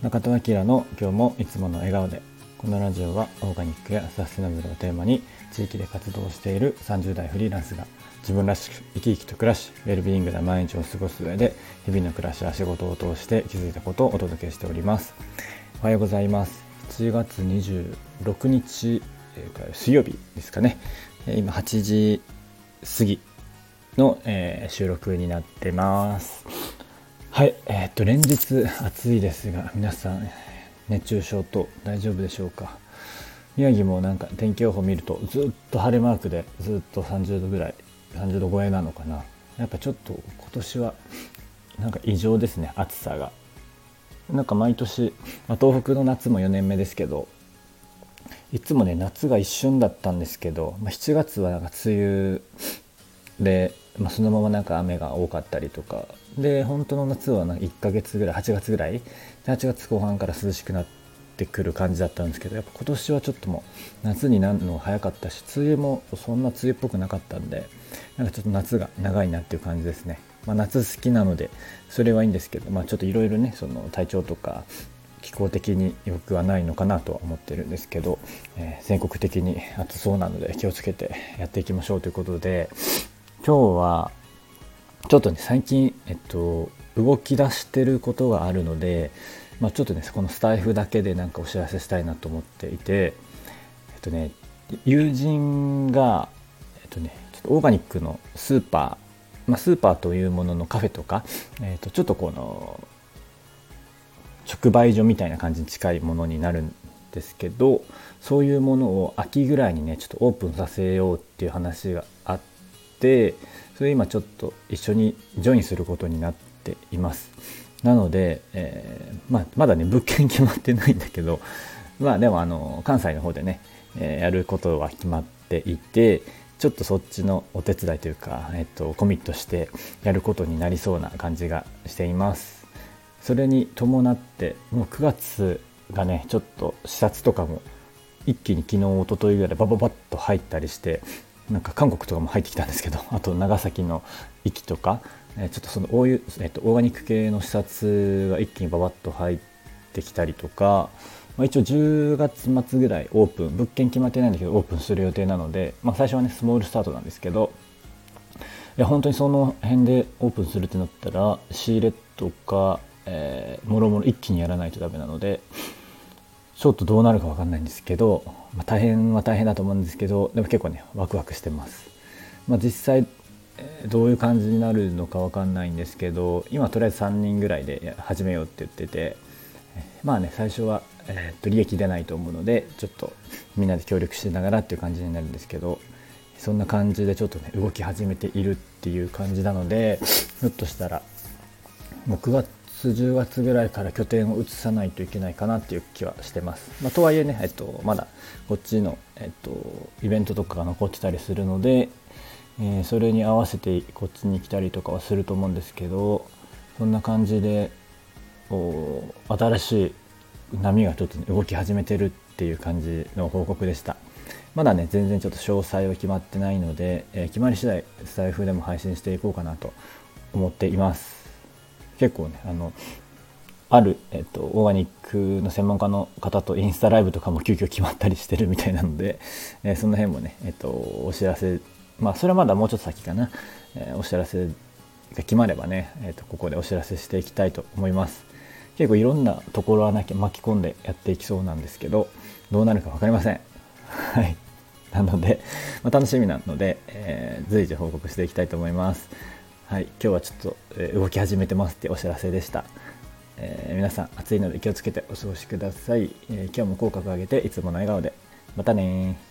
中戸明の今日もいつもの笑顔で。このラジオはオーガニックやサステナブルをテーマに地域で活動している30代フリーランスが自分らしく生き生きと暮らし、ウェルビーイングな毎日を過ごす上で日々の暮らしや仕事を通して気づいたことをお届けしております。おはようございます。7月26日水曜日ですかね。今8時過ぎの収録になってます。はい、連日暑いですが皆さん熱中症と大丈夫でしょうか。宮城もなんか天気予報見るとずっと晴れマークでずっと30度ぐらい30度超えなのかな。やっぱちょっと今年はなんか異常ですね、暑さが。なんか毎年、東北の夏も4年目ですけど、いつもね夏が一瞬だったんですけど、7月はなんか梅雨で、そのままなんか雨が多かったりとかで、本当の夏はなんか1ヶ月ぐらい8月ぐらいで、8月後半から涼しくなってくる感じだったんですけど、やっぱ今年はちょっともう夏になるの早かったし、梅雨もそんな梅雨っぽくなかったんで、なんかちょっと夏が長いなっていう感じですね。夏好きなのでそれはいいんですけど、ちょっといろいろね、その体調とか気候的に良くはないのかなとは思ってるんですけど、全国的に暑そうなので気をつけてやっていきましょうということで、今日はちょっとね最近、動き出してることがあるので、ちょっとねこのスタイフだけでなんかお知らせしたいなと思っていて、友人がちょっとオーガニックのスーパー、スーパーというもののカフェとか、ちょっとこの直売所みたいな感じに近いものになるんですけど、そういうものを秋ぐらいにねちょっとオープンさせようっていう話があって、それ今ちょっと一緒にジョインすることになっています。なので、まだね物件決まってないんだけど、でも関西の方でね、やることは決まっていて、ちょっとそっちのお手伝いというか、コミットしてやることになりそうな感じがしています。それに伴ってもう9月がねちょっと視察とかも一気に昨日一昨日ぐらいバババッと入ったりして、なんか韓国とかも入ってきたんですけど、あと長崎の壱岐とか、ちょっとそのオーガニック系の視察が一気にババッと入ってきたりとか、一応10月末ぐらいオープン、物件決まってないんだけどオープンする予定なので、最初はねスモールスタートなんですけど、いや本当にその辺でオープンするってなったら仕入れとか、もろもろ一気にやらないとダメなので、ちょっとどうなるか分かんないんですけど、大変は大変だと思うんですけど、でも結構ねワクワクしてます。実際どういう感じになるのか分かんないんですけど、今とりあえず3人ぐらいで始めようって言ってて、最初は、利益出ないと思うのでちょっとみんなで協力しながらっていう感じになるんですけど、そんな感じでちょっとね動き始めているっていう感じなので、ひょっとしたらもう9月10月ぐらいから拠点を移さないといけないかなっていう気はしてます。とはいえね、まだこっちの、イベントとかが残ってたりするので、それに合わせてこっちに来たりとかはすると思うんですけど、そんな感じで新しい波がちょっと動き始めてるっていう感じの報告でした。まだね全然ちょっと詳細は決まってないので、決まり次第スタイフでも配信していこうかなと思っています。結構ねある、オーガニックの専門家の方とインスタライブとかも急遽決まったりしてるみたいなので、その辺もね、お知らせ、それはまだもうちょっと先かな、お知らせが決まればね、ここでお知らせしていきたいと思います。結構いろんなところは巻き込んでやっていきそうなんですけど、どうなるか分かりません。はい、なので、楽しみなので、随時報告していきたいと思います。はい、今日はちょっと、動き始めてますってお知らせでした。皆さん暑いので気をつけてお過ごしください。今日も口角上げていつもの笑顔で。またね。